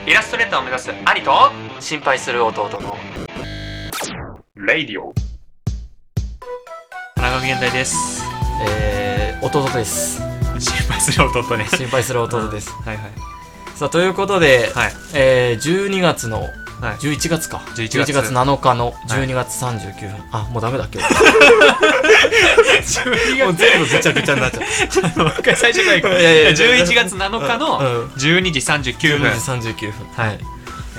イラストレーターを目指す兄と心配する弟のレイディオ。田中健太です。 弟です。 心配する弟ね。 心配する弟です。 はいはい。 さあということで、 はい、 12月の、はい、11月か11月7日の12月39分、はい、あ、もうダメだ今日もう全部ぐちゃぐちゃになっちゃったもう一回最初からいこう。11月7日の12時39分、 12時39分、はい、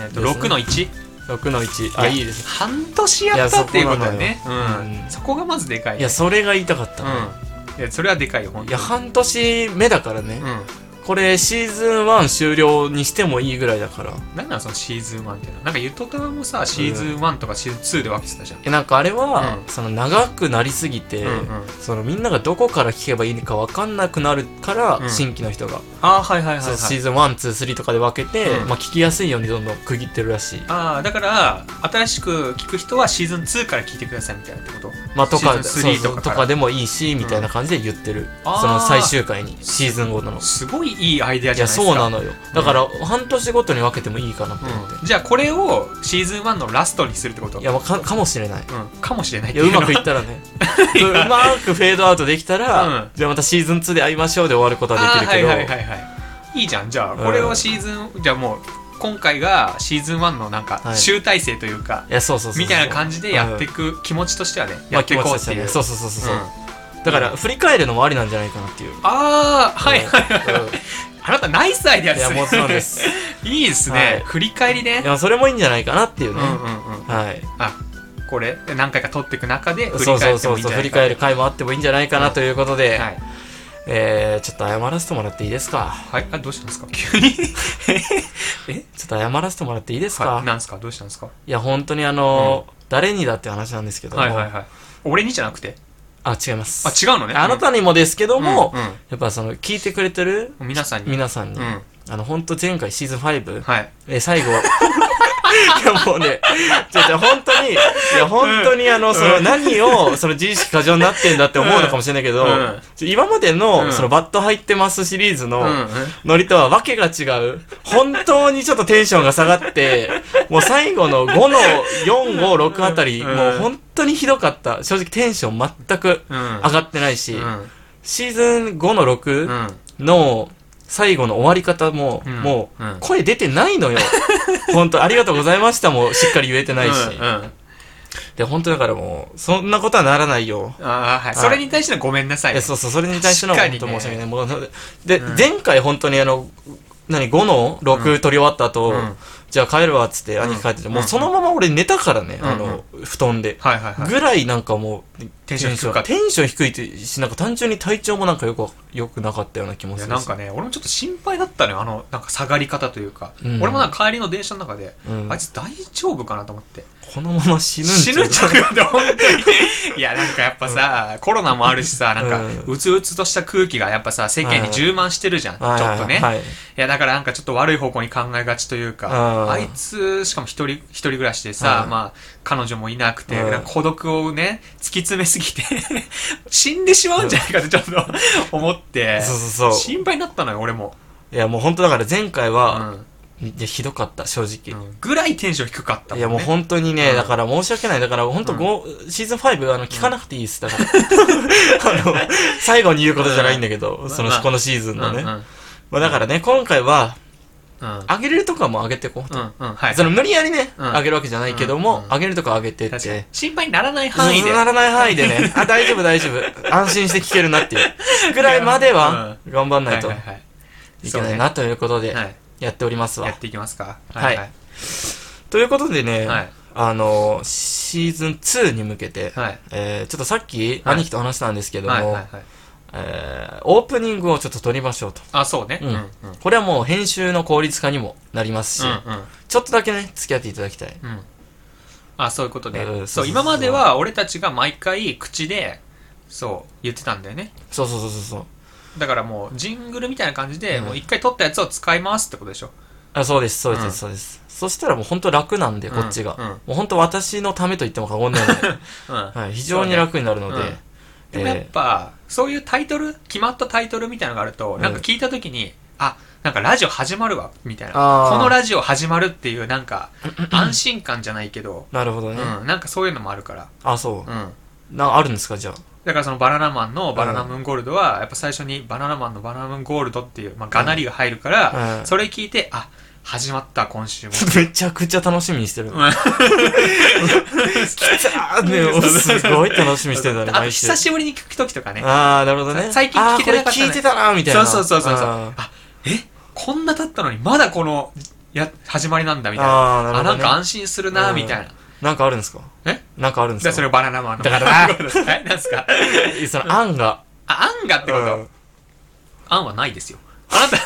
6の1、 6の1、あ、いいです。 半年やったっていうことだよね。そこがまずでかい。 いや、それが言いたかったね。 いや、それはでかいよ、本当に。 いや、半年目だからね。これシーズン1終了にしてもいいぐらいだから。 なんなのそのシーズン1っていうのは。なんかゆとたわもさ、シーズン1とかシーズン2で分けてたじゃん。 なんかあれは、その長くなりすぎて、そのみんながどこから聞けばいいのか分かんなくなるから、新規の人が。 あ、はいはいはいはい。 シーズン1、2、3とかで分けて、まあ聞きやすいようにどんどん区切ってるらしい。 ああ、だから新しく聞く人はシーズン2から聞いてくださいみたいなってこと？ まあとか、 シーズン3 とかでもいいし、みたいな感じで言ってる。その最終回に、シーズン5の。 すごいいいアイデアじゃないですか。 そうなのよ。だから、半年ごとに分けてもいいかなって思って。 じゃあこれをシーズン1のラストにするってこと？ いや、かもしれない。 かもしれない。 いや、うまくいったらね。うまくフェードアウトできたら、じゃあまたシーズン2で会いましょうで終わることはできるけど。 はいはいはいはい。いいじゃん。じゃあこれをシーズン、じゃあもう今回がシーズン1のなんか集大成というか、 いや、そうそうそう、 みたいな感じでやっていく気持ちとしてはね、やっていこうっていう。 そうそうそうそう。だから振り返るのもありなんじゃないかなっていう。 ああ、はいはいはい。あなたナイスアイデアですね。 いや、もちろんです。 いいですね。振り返りね。 いや、それもいいんじゃないかなっていうね。はい。 あ、これ何回か撮っていく中で振り返ってもいいんじゃないかな。そうそうそう、 振り返る回もあってもいいんじゃないかなということで、ちょっと謝らせてもらっていいですか？ はい。あ、どうしたんですか急にちょっと謝らせてもらっていいですか？ なんですか？どうしたんですか？ いや、本当に誰にだって話なんですけども。 はいはいはい。俺にじゃなくて？ あ、違います。 あ、違うのね。 あなたにもですけども、やっぱその聞いてくれてる皆さんに、 本当前回シーズン5、 はい、 最後いやもうね、本当に、いや本当にその何をその自意識過剰になってんだって思うのかもしれないけど、今までのそのバット入ってますシリーズのノリとはわけが違う。本当にちょっとテンションが下がって、もう最後の5の4、5、6あたり、もう本当にひどかった。正直テンション全く上がってないし、シーズン5の6の最後の終わり方も、もう声出てないのよ。本当ありがとうございましたもしっかり言えてないし。で、本当だからもう、そんなことはならないよ。 ああ、はい。それに対してのごめんなさい。 そうそう、それに対しての本当申し訳ない。もうで、前回本当に5の6取り終わった後、じゃあ帰るわっつって兄貴帰ってて、もうそのまま俺寝たからね、布団で。ぐらいなんかもう、テンション低いし、なんか単純に体調もなんかよくなかったような気もする。 なんかね、俺もちょっと心配だったのよ、なんか下がり方というか。俺もなんか帰りの電車の中で、あいつ大丈夫かなと思って。 このまま死ぬんちゃうよ、本当に。いや、なんかやっぱさ、コロナもあるしさ、なんか、うつうつとした空気がやっぱさ、世間に充満してるじゃん、ちょっとね。いや、だからなんかちょっと悪い方向に考えがちというか、あいつ、しかも一人暮らしでさ、まあ、彼女もいなくて、孤独をね、突き詰めすぎて、死んでしまうんじゃないかってちょっと思って、心配になったのよ、俺も。 いや、もう本当だから前回は、いや、ひどかった、正直。 ぐらいテンション低かったもんね。 いや、もう本当にね、だから申し訳ない。だから本当シーズン5、聞かなくていいです。だから。最後に言うことじゃないんだけど、このシーズンのね。まあだからね、今回は、あげれるとこはもうあげてこう。その無理やりね、あげるわけじゃないけども、あげるとこあげてって。 心配にならない範囲で。 ならない範囲でね、あ、大丈夫大丈夫。安心して聞けるなっていう。ぐらいまでは、頑張んないといけないなということで。やっておりますわ。 やっていきますか。 はい。ということでね、シーズン2に向けて、ちょっとさっき兄貴と話したんですけども、オープニングをちょっと撮りましょうと。 あ、そうね。 これはもう編集の効率化にもなりますし、ちょっとだけね、付き合っていただきたい。 あ、そういうことね。そう、今までは俺たちが毎回口で、そう言ってたんだよね。 そう。 だからもうジングルみたいな感じで、もう一回撮ったやつを使いますってことでしょ。 あ、そうです。そしたらもう本当楽なんで、こっちが。もう本当私のためと言っても過言ではない。非常に楽になるので。 でもやっぱ、そういうタイトル、決まったタイトルみたいなのがあると、なんか聞いたときに、 なんかラジオ始まるわみたいな、 このラジオ始まるっていうなんか安心感じゃないけどなるほどね、 なんかそういうのもあるからそう、あるんですかじゃあ。 だからそのバナナマンのバナナムーンゴールドはやっぱ最初にバナナマンのバナナムーンゴールドっていう、がなりが入るから、それ聞いて始まった今週もめちゃくちゃ楽しみにしてる。来たね、すごい楽しみにしてたね。 久しぶりに聞くときとかね。 なるほどね。 最近聞けてなかったね。 聞いてたなみたいな。 そう。こんな経ったのにまだこの始まりなんだみたいな。なんか安心するなみたいな。 なんかあるんですか？なんかあるんですか？ それバナナマンの。 だからなんすか？ その案が。 案がってこと？案はないですよ。あなた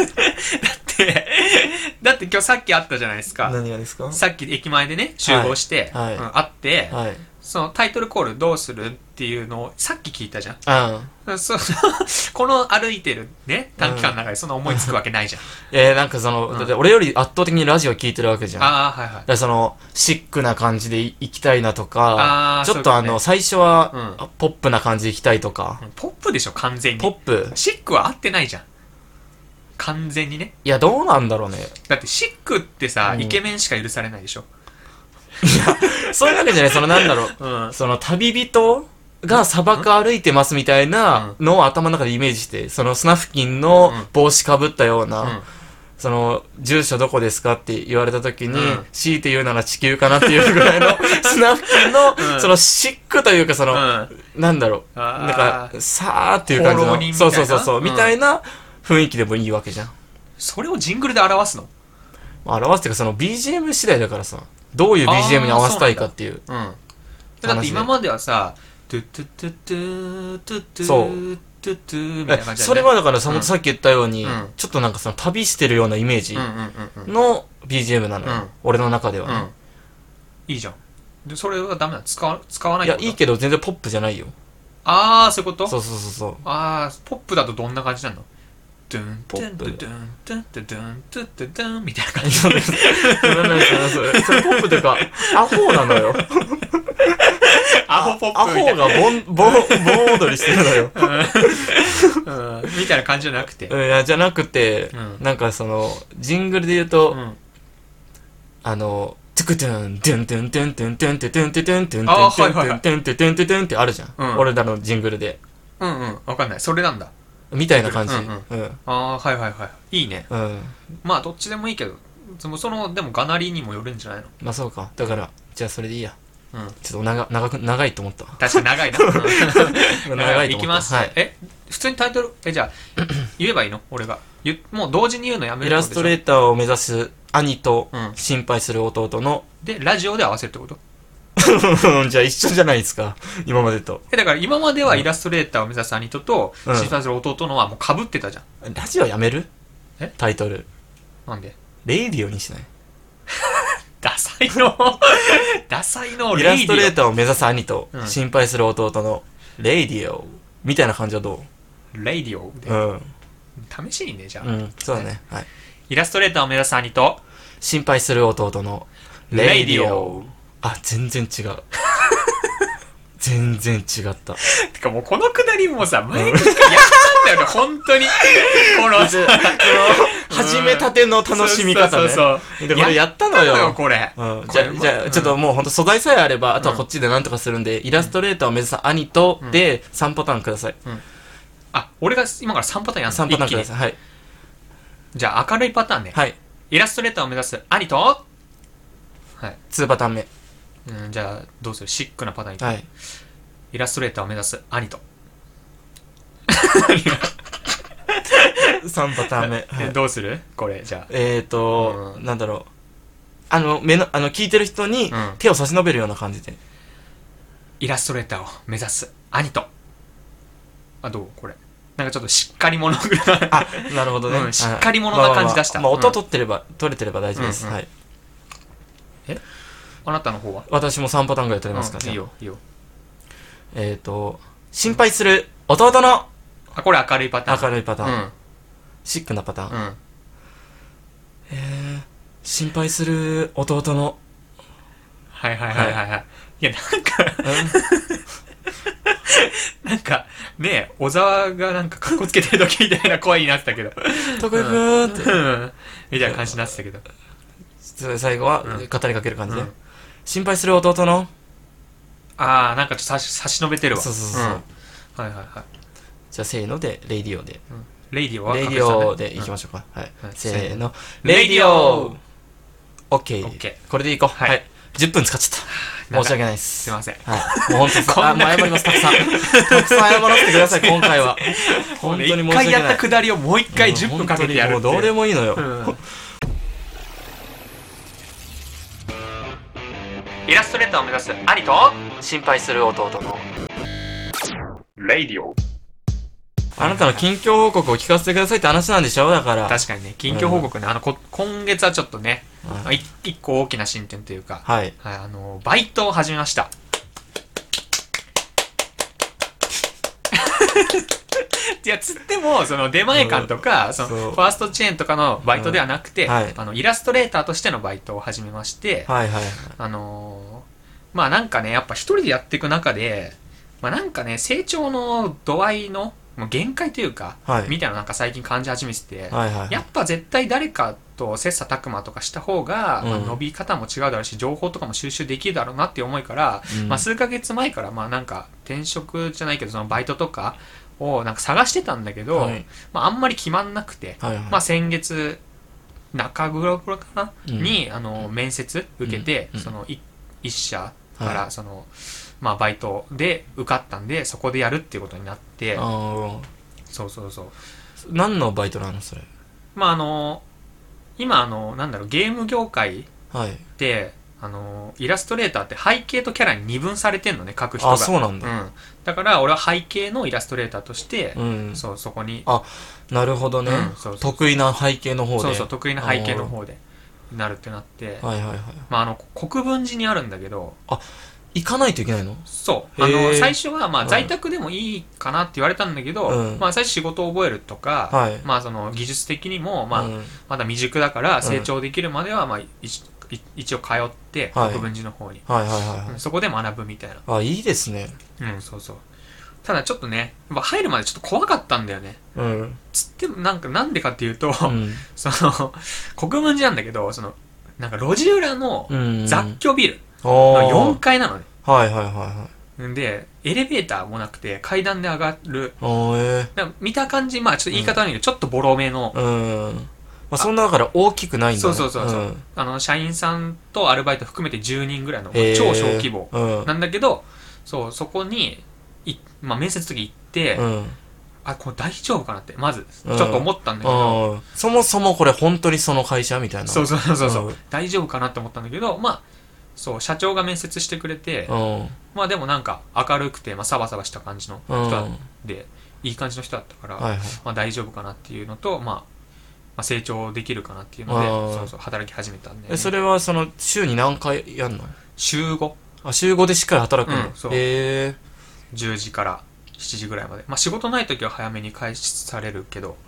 だって今日さっき会ったじゃないですか。 何がですか？さっき駅前でね集合して会って、そのタイトルコールどうするっていうのをさっき聞いたじゃん。この歩いてるね短期間の中でその思いつくわけないじゃん。 なんかその、だって俺より圧倒的にラジオ聞いてるわけじゃん。だからそのシックな感じで行きたいなとか、ちょっと最初はポップな感じで行きたいとか。 ポップでしょ完全に。 ポップ。 シックは合ってないじゃん。完全にね。 いやどうなんだろうね。 だってシックってさ、イケメンしか許されないでしょ。 いやそういうわけじゃない。そのなんだろう、その旅人が砂漠歩いてますみたいなのを頭の中でイメージして、そのスナフキンの帽子かぶったような、その住所どこですかって言われた時に、強いて言うなら地球かなっていうぐらいのスナフキンの、そのシックというかその、なんだろう、なんかさーっていう感じの、そうみたいな雰囲気でもいいわけじゃん。 それをジングルで表すの？ 表すっていうかその BGM 次第だからさ、どういう BGM に合わせたいかっていう。 だって今まではさ、トゥトゥトゥトゥトゥトゥトゥトゥみたいな感じだね。 それはだからさっき言ったように、ちょっとなんかその旅してるようなイメージの BGM なのよ。俺の中ではね。 いいじゃん。で、それはダメなの？使わない？ いや、いいけど全然ポップじゃないよ。 そういうこと？ そう。 ポップだとどんな感じなの？ドゥンポップドゥンドゥンドゥンドゥンドゥンドゥンドゥンドゥンみたいな感じ。 それポップというか、アホなのよ。 アホポップアホが盆踊りしてるのよ。 みたいな感じじゃなくて。 いや、じゃなくて、なんかその、ジングルで言うと、トゥクトゥン、ドゥンドゥンドゥンドゥンドゥンドゥンドゥンドゥンドゥンドゥンドゥンドゥンドゥンドゥンドゥンドゥンってあるじゃん。俺らのジングルで。 わかんない。それなんだ。 みたいな感じ。 いいね。まあ、どっちでもいいけど、でも、がなりにもよるんじゃないの？ まあ、そうか。だから、じゃあそれでいいや。ちょっと長いと思った。 確かに長いな。 長いと思った。 いきます。普通にタイトル、じゃあ、言えばいいの？俺が。もう同時に言うのやめる。 イラストレーターを目指す兄と心配する弟の。 で、ラジオで合わせるってこと？ じゃあ一緒じゃないですか、今までと。 だから今まではイラストレーターを目指す兄と心配する弟のはもう被ってたじゃん。 ラジオやめる？タイトル。 なんで？ レイディオにしない？ ダサいのイラストレーターを目指す兄と心配する弟のレイディオみたいな感じはどう？レイディオで試しにね、じゃあ。 そうだね。はい。 イラストレーターを目指す兄と心配する弟のレイディオ。全然違う。全然違った。 てかもうこのくだりもさ、前にやったんだよね、本当に。 始めたての楽しみ方ね。で、これやったのよ。 これ。 じゃあ、ちょっともうほんと素材さえあれば、あとはこっちでなんとかするんで、イラストレーターを目指す兄と、で、3パターンください。 俺が今から3パターンやるの？ 3パターンください。はい。 じゃあ、明るいパターンね。 はい。 イラストレーターを目指す兄と、はい。 2パターン目。 じゃあ、どうする？シックなパターンいく。 はい。 イラストレーターを目指す兄と。 3パターン目。 どうする？これ、じゃあ。なんだろう。聞いてる人に手を差し伸べるような感じで。 イラストレーターを目指す兄と。どう？これ。なんかちょっとしっかり者ぐらい。 なるほどね。 しっかり者な感じ出した。 音取れてれば大丈夫です。はい。 あなたの方は？ 私も3パターンぐらい取れますから。 いいよ。 心配する弟の。 これ明るいパターン。 明るいパターン。シックなパターン。心配する弟の。 はい。いや、なんかなんか、ね、小沢がなんかかっこつけてる時みたいな声になってたけど。 徳井くんって。 みたいな感じになってたけど。 最後は、語りかける感じで。心配する弟のあー、なんかちょっと差し伸べてるわ。 そう。 はいはいはい。 じゃあ、せーので、レイディオで。 レイディオはレイディオでいきましょうか。はい。せーの。レイディオオッケー。これでいこう。はい。10分使っちゃった。申し訳ないです。 すいません。 はい。もう本当に、謝ります、たくさん。たくさん謝らせてください、今回は。本当に申し訳ない。一回やったくだりをもう一回10分かけてやる。もうどうでもいいのよ。 イラストレーターを目指す兄と心配する弟のレイディオ。 あなたの近況報告を聞かせてくださいって話なんでしょ。だから確かにね、近況報告ね、今月はちょっとね、一個大きな進展というか、 はい、 バイトを始めました。いや、つっても、その出前館とか、そのファーストチェーンとかのバイトではなくて、イラストレーターとしてのバイトを始めまして、まあなんかね、やっぱ一人でやっていく中で、まあなんかね、成長の度合いのもう限界というか、みたいななんか最近感じ始めてて、やっぱ絶対誰かと切磋琢磨とかした方が、伸び方も違うだろうし、情報とかも収集できるだろうなっていう思いから、まあ数ヶ月前からまあなんか転職じゃないけどそのバイトとかをなんか探してたんだけど、まああんまり決まんなくて、まあ先月中頃かな、に面接受けて、その一社からその、まあバイトで受かったんでそこでやるっていうことになって、そう何のバイトなのそれ。 まあ今なんだろう、ゲーム業界で、イラストレーターって背景とキャラに二分されてんのね、書く人が。 そうなんだ。 だから俺は背景のイラストレーターとして、そこに。 なるほどね。得意な背景の方で。 得意な背景の方でなるってなって。まあ国分寺にあるんだけど。 行かないといけないの？ そう。最初はまあ在宅でもいいかなって言われたんだけど、まあ最初仕事を覚えるとか、まあその技術的にもまあまだ未熟だから成長できるまではまあ一応通って国分寺の方に、そこで学ぶみたいな。 いいですね。 そう。ただちょっとね、入るまでちょっと怖かったんだよね。つってもなんでかっていうと、その国分寺なんだけど、そのなんか路地裏の雑居ビルの4階なのね。で、エレベーターもなくて階段で上がる。見た感じ、まあちょっと言い方悪いけど、ちょっとボロめの。 まあそんなだから大きくないんだね。 そう社員さんとアルバイト含めて10人ぐらいの超小規模なんだけど、そこにまあ面接の時行って、これ大丈夫かなってまずちょっと思ったんだけど、 そもそもこれ本当にその会社みたいな。 そう大丈夫かなって思ったんだけど、まあそう社長が面接してくれて、まあでもなんか明るくて、まあ、サバサバした感じの人で、いい感じの人だったから、まあ大丈夫かなっていうのと、まあ成長できるかなっていうので、働き始めたんで、 それはその週に何回やんの？ 週 5。 週5でしっかり働くの？ 10時から7時ぐらいまで。まあ仕事ない時は早めに開始されるけど。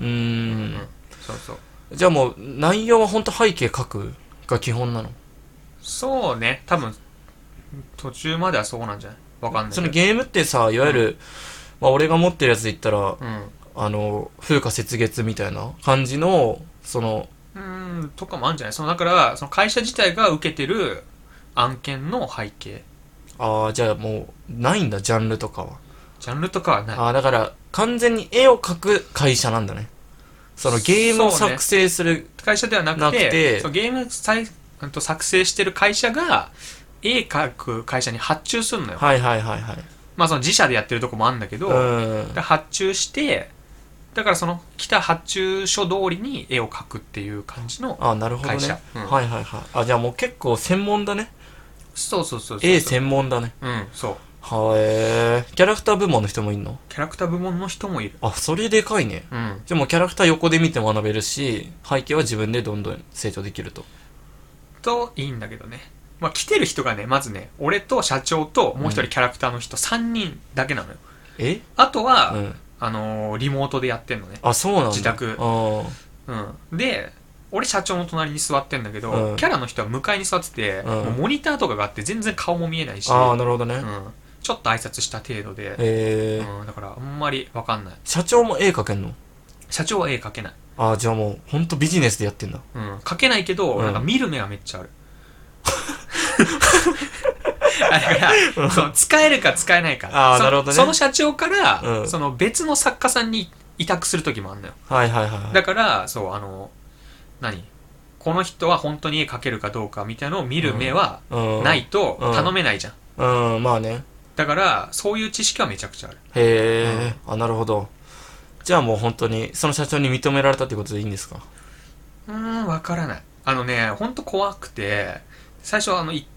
じゃあもう内容は本当背景書くが基本なの？ そうね、多分途中まではそうなんじゃない？わかんない。 そのゲームってさ、いわゆる、まあ俺が持ってるやつで言ったら、風花雪月みたいな感じの、 とかもあるんじゃない？だから、その会社自体が受けてる案件の背景。 じゃあもう、ないんだ、ジャンルとかは。 ジャンルとかはない。 だから、完全に絵を描く会社なんだね。そのゲームを作成する、 会社ではなくて、ゲーム作成してる会社が、絵描く会社に発注するのよ。まあその自社でやってるとこもあるんだけど、発注して、だからその来た発注書通りに絵を描くっていう感じの会社。 なるほどね。じゃあもう結構専門だね。 そう。 絵専門だね。 そう。 キャラクター部門の人もいるの？ キャラクター部門の人もいる。 それでかいね。じゃあもうキャラクター横で見て学べるし、背景は自分でどんどん成長できると。 いいんだけどね。まあ来てる人がね、まずね、俺と社長ともう一人キャラクターの人3人だけなのよ。あとは、リモートでやってんのね。 そうなんだ。 自宅。で、俺社長の隣に座ってんだけど、キャラの人は向かいに座ってて、もうモニターとかがあって全然顔も見えないし。 なるほどね。 ちょっと挨拶した程度で、だからあんまりわかんない。 社長も絵描けんの？ 社長は絵描けない。 ああ、じゃあもうほんとビジネスでやってんだ。 描けないけど、なんか見る目はめっちゃある。だからそう使えるか使えないか。 なるほどね。 その社長から、その別の作家さんに委託する時もあるのよ。 はいはいはい。 だからそうこの人は本当に絵描けるかどうかみたいなのを見る目はないと頼めないじゃん。 まあね。 だからそういう知識はめちゃくちゃある。 へえ、なるほど。じゃあもう本当にその社長に認められたってことでいいんですか？ わからない。本当怖くて、最初行って、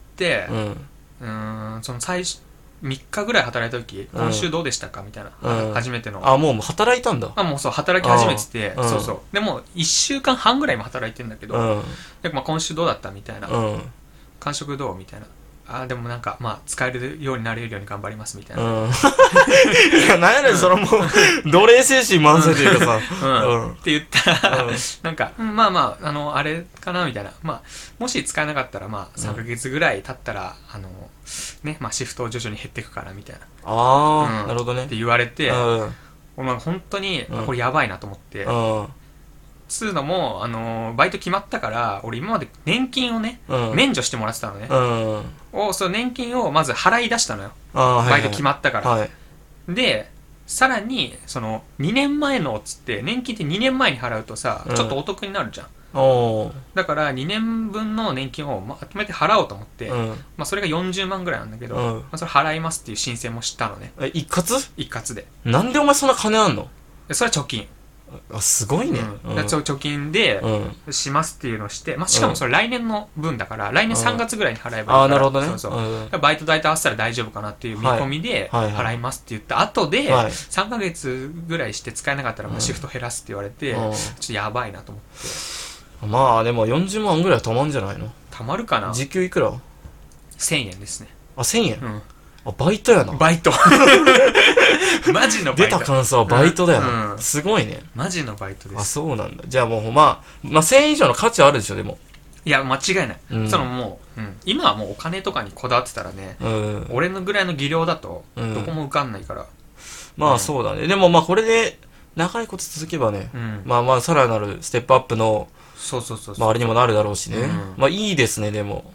その最初3日ぐらい働いた時、今週どうでしたかみたいな、初めての。 もう働いたんだ。 もうそう、働き始めてて、そうそう。でも1週間半ぐらいも働いてんだけど、今週どうだったみたいな。感触どうみたいな。でもなんか、使えるようになれるように頑張りますみたいな。 いや、なんやねん、そのもう、奴隷精神満載というかさ。 って言ったら、なんか、あれかなみたいな。もし使えなかったら、3ヶ月ぐらい経ったら、シフト徐々に減っていくから、みたいな。 なるほどね。 って言われて、俺本当に、これやばいなと思って、つうのも、バイト決まったから、俺今まで年金をね、免除してもらってたのね。その年金をまず払い出したのよ。バイト決まったから。で、さらに、2年前のつって、年金って2年前に払うとさ、ちょっとお得になるじゃん。だから2年分の年金をまとめて払おうと思って、それが40万ぐらいなんだけど、それ払いますっていう申請もしたのね。 一括で。 なんでお前そんな金あんの？ それは貯金。 すごいね。 貯金でしますっていうのをして、しかもそれ来年の分だから、来年3月ぐらいに払えばいいから、 なるほどね。 そうそう。バイト代と合わせたら大丈夫かなっていう見込みで、払いますって言った後で、3ヶ月ぐらいして使えなかったらシフト減らすって言われて、ちょっとやばいなと思って。 でも40万ぐらいはたまんじゃないの？ たまるかな？ 時給いくら ？1000円ですね。 1000円？バイトやな。 バイト。マジのバイト。 出た感想はバイトだよな。すごいね。 マジのバイトです。 そうなんだ。じゃあもう1000円以上の価値はあるでしょ、でも。 いや、間違いない。もう、今はもうお金とかにこだわってたらね、俺のぐらいの技量だと、どこも受かんないから。 そうだね。でもこれで、長いこと続けばね、さらなるステップアップの、あれにもなるだろうしね。いいですね、でも。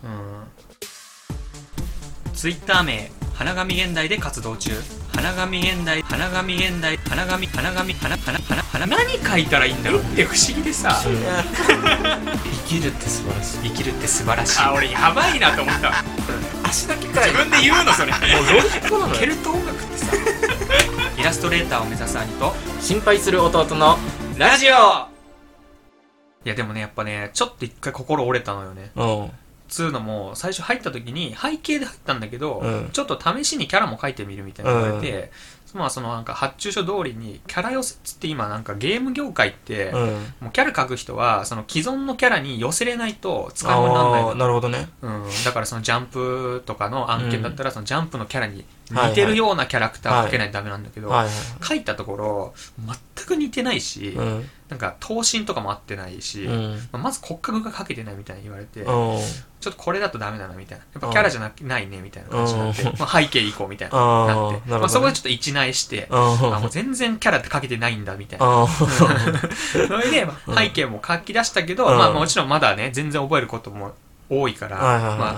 ツイッター名、花神現代で活動中。花神現代、花神現代、花神、何書いたらいいんだろうって不思議でさ。 生きるって素晴らしい。 生きるって素晴らしい。俺やばいなと思った。 足だけかい。 自分で言うのそれ。もうロジックなのよ。 ケルト音楽ってさ。イラストレーターを目指す兄と、 心配する弟のラジオ。いやでもね、やっぱね、ちょっと一回心折れたのよね。つうのも最初入った時に背景で入ったんだけど、ちょっと試しにキャラも描いてみるみたいな言われて、そのなんか発注書通りにキャラ寄せっつって、今なんかゲーム業界って、もうキャラ描く人はその既存のキャラに寄せれないと使い物にならないの。 なるほどね。 だからそのジャンプとかの案件だったら、そのジャンプのキャラに似てるようなキャラクターを描けないとダメなんだけど、描いたところ全く似てないし、なんか頭身とかも合ってないし、まず骨格が描けてないみたいに言われて、ちょっとこれだとダメだなみたいな、やっぱキャラじゃないねみたいな感じになって、背景行こうみたいななって、そこでちょっと一内して、もう全然キャラって描けてないんだみたいな。それで背景も描き出したけど、もちろんまだね全然覚えることも多いから、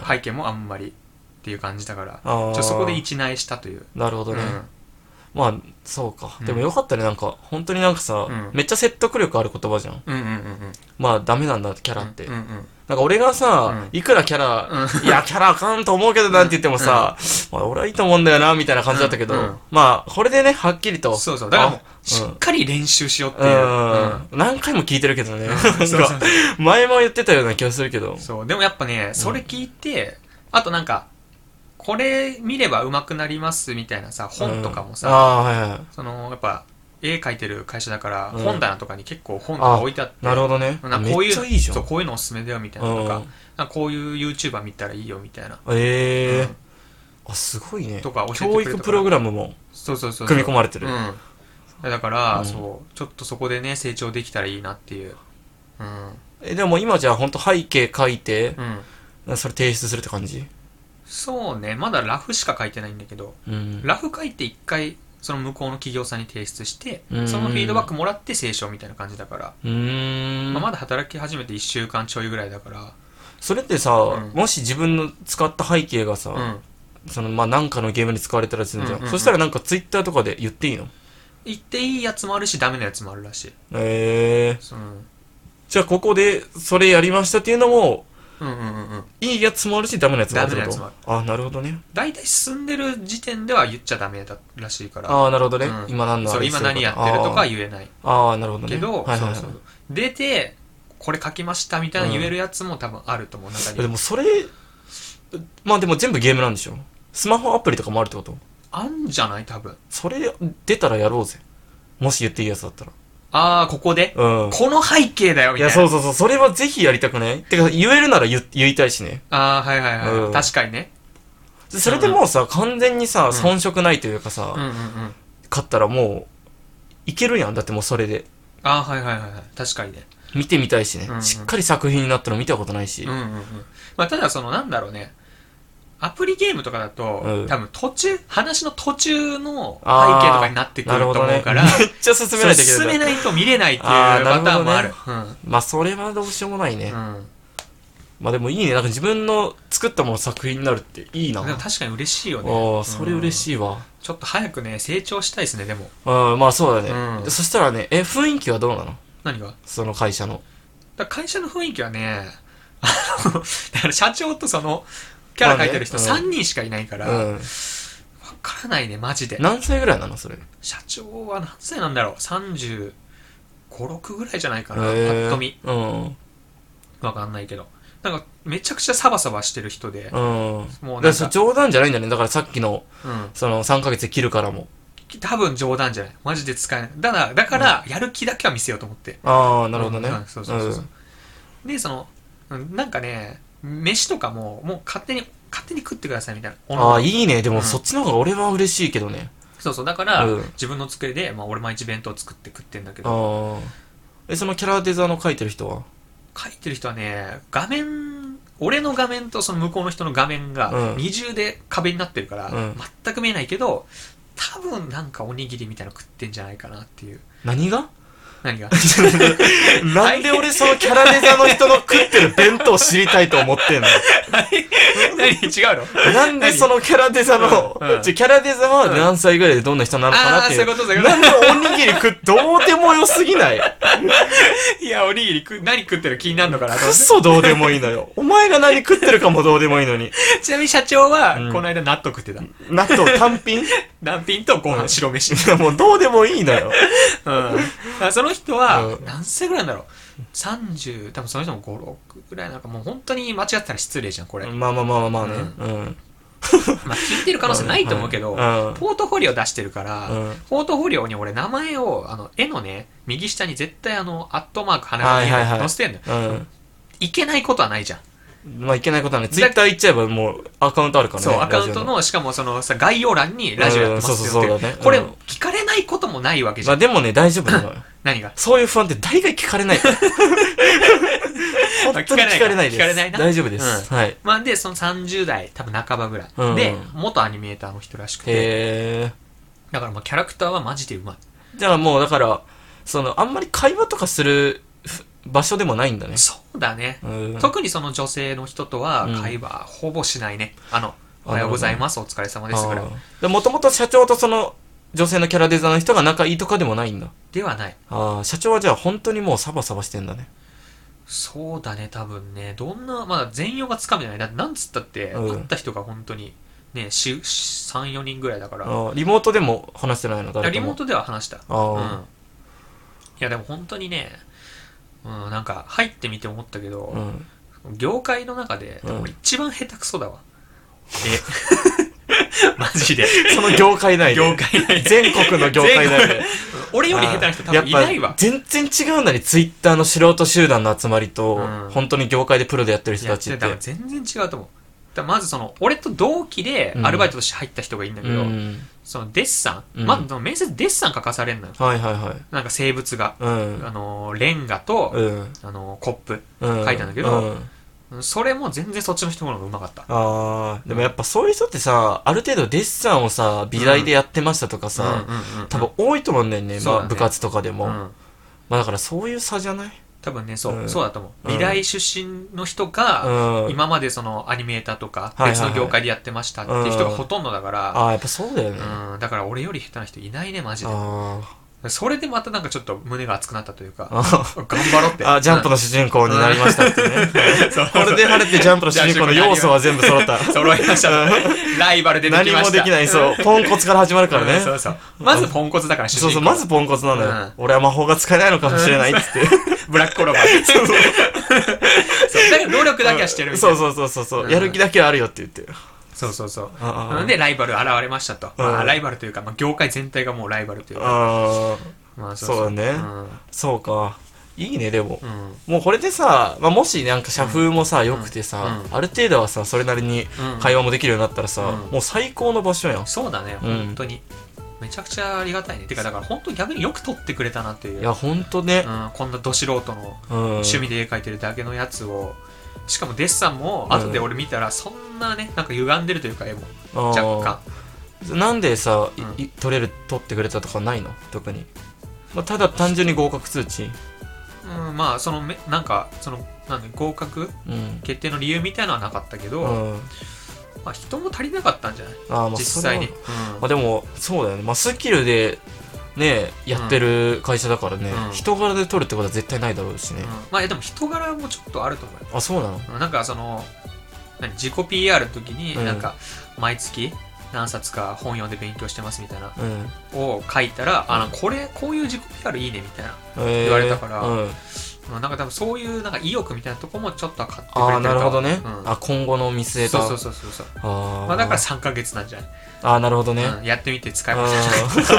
背景もあんまりっていう感じだから、そこで一内したという。 なるほどね。そうか。でもよかったね、なんか、本当になんかさ、めっちゃ説得力ある言葉じゃん。ダメなんだ、キャラって。なんか俺がさ、いくらキャラ、いや、キャラあかんと思うけどなんて言ってもさ、俺はいいと思うんだよな、みたいな感じだったけど、これでね、はっきりと。 だからもう、しっかり練習しようっていう。 何回も聞いてるけどね。前も言ってたような気がするけど。 でもやっぱね、それ聞いて、あとなんか、これ見れば上手くなりますみたいなさ、本とかもさ、やっぱ絵描いてる会社だから本棚とかに結構本とか置いてあって、 なるほどね。 こういうのおすすめだよみたいなとか、こういう YouTuber 見たらいいよみたいな。 すごいね。 とか教育プログラムも組み込まれてる。 だからちょっとそこでね成長できたらいいなっていう。 でも今じゃあ本当背景描いてそれ提出するって感じ？ そうね、まだラフしか書いてないんだけど、ラフ書いて一回その向こうの企業さんに提出して、そのフィードバックもらって清書みたいな感じだから、まだ働き始めて1週間ちょいぐらいだから。 それってさ、もし自分の使った背景がさ、そのなんかのゲームに使われたらするんじゃん、そしたらなんかツイッターとかで言っていいの？ 言っていいやつもあるしダメなやつもあるらしい。 じゃあここでそれやりましたっていうのも、いいやつもあるしダメなやつもあるってこと？ダメなやつもある。あ、なるほどね。 大体進んでる時点では言っちゃダメだらしいから。 ああ、なるほどね。今何やってるとかは言えない。 ああ、なるほどね。 けど、出てこれ書きましたみたいな言えるやつも多分あると思う、中に。 でもそれ、まあでも全部ゲームなんでしょ？スマホアプリとかもあるってこと？ あんじゃない？多分。 それ出たらやろうぜ。もし言っていいやつだったら。 ああ、ここで、この背景だよみたいな。 いや、そう。それはぜひやりたくない？てか、言えるなら言いたいしね。 ああ、はい。確かにね。 それでもうさ、完全にさ、遜色ないというかさ、勝ったらもう、いけるやん。だってもうそれで。 ああ、はい。確かにね。 見てみたいしね。しっかり作品になったの見たことないし。 まあ、ただなんだろうね。アプリゲームとかだと、多分話の途中の背景とかになってくると思うから、 めっちゃ進めないといけない。 進めないと見れないっていうパターンもある。 まあ、それはどうしようもないね。まあでもいいね。なんか自分の作ったもの作品になるっていいな。 でも確かに嬉しいよね。 ああ、それ嬉しいわ。 ちょっと早くね、成長したいですね、でも。 まあそうだね。そしたらね、雰囲気はどうなの？ 何が？ その会社の。 会社の雰囲気はね、だから社長とキャラ描いてる人3人しかいないから、わからないね、マジで。 何歳ぐらいなのそれ？ 社長は何歳なんだろう？ 35、6ぐらいじゃないかな、パッと見。わかんないけど。なんか、めちゃくちゃサバサバしてる人で。もうなんか冗談じゃないんだね。だからさっきの、3ヶ月で切るからも。 多分冗談じゃない。マジで使えない。だから、やる気だけは見せようと思って。 ああ、なるほどね。 そう。で、なんかね、飯とかもう勝手に食ってくださいみたいな。 ああ、いいね。でもそっちの方が俺は嬉しいけどね。 そう。だから、自分の机で、俺毎日弁当作って食ってんだけど。 そのキャラデザの描いてる人はね、俺の画面とその向こうの人の画面が二重で壁になってるから、全く見えないけど、多分なんかおにぎりみたいなの食ってんじゃないかなっていう。 何がなんで俺そのキャラデザの人の食ってる弁当知りたいと思ってんの？ 何違うの？ なんでそのキャラデザの、キャラデザは何歳ぐらいでどんな人なのかなっていう。なんでおにぎりどうでもよすぎない？ いや、おにぎり何食ってる気になるのかな？ クソどうでもいいのよ。お前が何食ってるかもどうでもいいのに。 ちなみに社長は、この間納豆食ってた。 納豆単品とご飯、白飯。 もうどうでもいいのよ。 その人は、何歳ぐらいなんだろう。30、多分その人も5、6ぐらいなんかもう本当に間違ってたら失礼じゃん、これ。 まあね。 聞いてる可能性ないと思うけど、ポートフォリオ出してるから、ポートフォリオに俺名前を、絵のね、右下に絶対アットマーク花が載せてんのよ。いけないことはないじゃん。 まあいけないことはね、ツイッター行っちゃえばもうアカウントあるからね。 そう、アカウントの、しかも概要欄にラジオやってますよって。これ、聞かれないこともないわけじゃん。 まあでもね、大丈夫なのよ。 何が？ そういう不安って大概聞かれないから。本当に聞かれないです。 聞かれないな。 大丈夫です。はい。 まあで、その30代、多分半ばぐらい。で、元アニメーターの人らしくて。だからキャラクターはマジでうまい。 だからもう、あんまり会話とかする場所でもないんだね。 そうだね。特にその女性の人とは会話ほぼしないね。おはようございます、お疲れ様ですぐらい。 もともと社長とその女性のキャラデザの人が仲いいとかでもないんだ。 ではない。 社長はじゃあ本当にもうサバサバしてんだね。 そうだね、多分ね。まだ全容がつかめない。だってなんつったって、会った人が本当にね、3、4人ぐらいだから。 リモートでも話してないの？誰とも。 リモートでは話した。いやでも本当にね、なんか入ってみて思ったけど、業界の中で一番下手くそだわ。マジで。 その業界内で。全国の業界内で。 俺より下手な人多分いないわ。 全然違うんだね。ツイッターの素人集団の集まりと、本当に業界でプロでやってる人たちって。 全然違うと思う。まず俺と同期でアルバイトとして入った人がいいんだけど、そのデッサン、まず面接デッサン書かされるのよ。なんか生物が。レンガと、コップ書いたんだけど、 それも全然そっちの人の方がうまかった。 でもやっぱそういう人ってさ、ある程度デッサンをさ、美大でやってましたとかさ、多分多いと思うんだよね、まあ部活とかでも。まあだからそういう差じゃない？ 多分ね、そうだと思う。美大出身の人が、今までそのアニメーターとか、別の業界でやってましたっていう人がほとんどだから。 やっぱそうだよね。 だから俺より下手な人いないね、マジで。それでまたなんかちょっと胸が熱くなったというか、頑張ろうって。 ジャンプの主人公になりましたってね。これで晴れてジャンプの主人公の要素は全部揃った。 揃いました。ライバル出てきました。 何もできない、そう。ポンコツから始まるからね。 そうそう。まずポンコツだから主人公。 そう、まずポンコツなんだよ。俺は魔法が使えないのかもしれないっつって。 ブラックコロバー。そうそう。だから努力だけはしてるみたいな。 そう。やる気だけはあるよって言って。 そう。で、ライバル現れましたと。ライバルというか、業界全体がもうライバルというか。 そうだね。そうか。いいね、でも。もうこれでさ、もしなんか社風もさ、良くてさ、ある程度はさ、それなりに会話もできるようになったらさ、もう最高の場所やん。 そうだね、本当に。めちゃくちゃありがたいね。てか、だから本当に逆によく撮ってくれたなっていう。 いや、本当ね。 こんなど素人の趣味で絵描いてるだけのやつを、しかもデッサンも後で俺見たらそんなね、なんか歪んでるというか絵も若干。なんでさ、撮ってくれたとかないの？特に。ただ単純に合格通知。 まあそのなんかその合格決定の理由みたいなのはなかったけど、まあ人も足りなかったんじゃない？実際に。 でもそうだよね。スキルでねやってる会社だからね、人柄で撮るってことは絶対ないだろうしね。 まあでも人柄もちょっとあると思うよ。 そうなの？ なんかその自己 PR の時になんか毎月何冊か本読んで勉強してますみたいなを書いたら、こういう自己 PR いいねみたいな言われたから、なんか多分そういうなんか意欲みたいなとこもちょっと買ってくれてるか。 なるほどね。今後の見据えた。 そう。まあだから3ヶ月なんじゃない？ なるほどね。 やってみて使いました。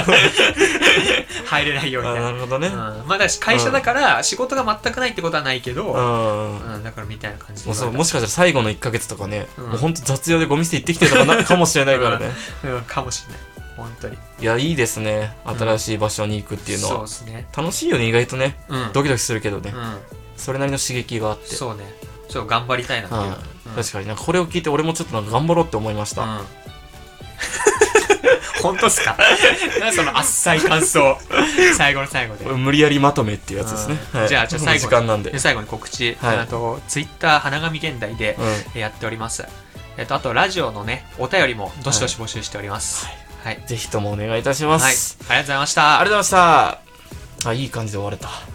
入れないように。 なるほどね。 まあだし会社だから仕事が全くないってことはないけど、だからみたいな感じで。 もしかしたら最後の1ヶ月とかね、もうほんと雑用でゴミ捨て行ってきてとかなるかもしれないからね。 かもしれない。本当に。 いや、いいですね。新しい場所に行くっていうのは。 そうですね。 楽しいよね、意外とね。ドキドキするけどね。それなりの刺激があって。 そうね。ちょっと頑張りたいなっていう。 確かになんかこれを聞いて俺もちょっとなんか頑張ろうって思いました。 本当っすか？何その浅い感想。最後の最後で。 無理やりまとめっていうやつですね。 じゃあ最後に告知。ツイッター花紙現代でやっております。あとラジオのね、お便りもどしどし募集しております。 ぜひともお願いいたします。 ありがとうございました。 ありがとうございました。いい感じで終われた。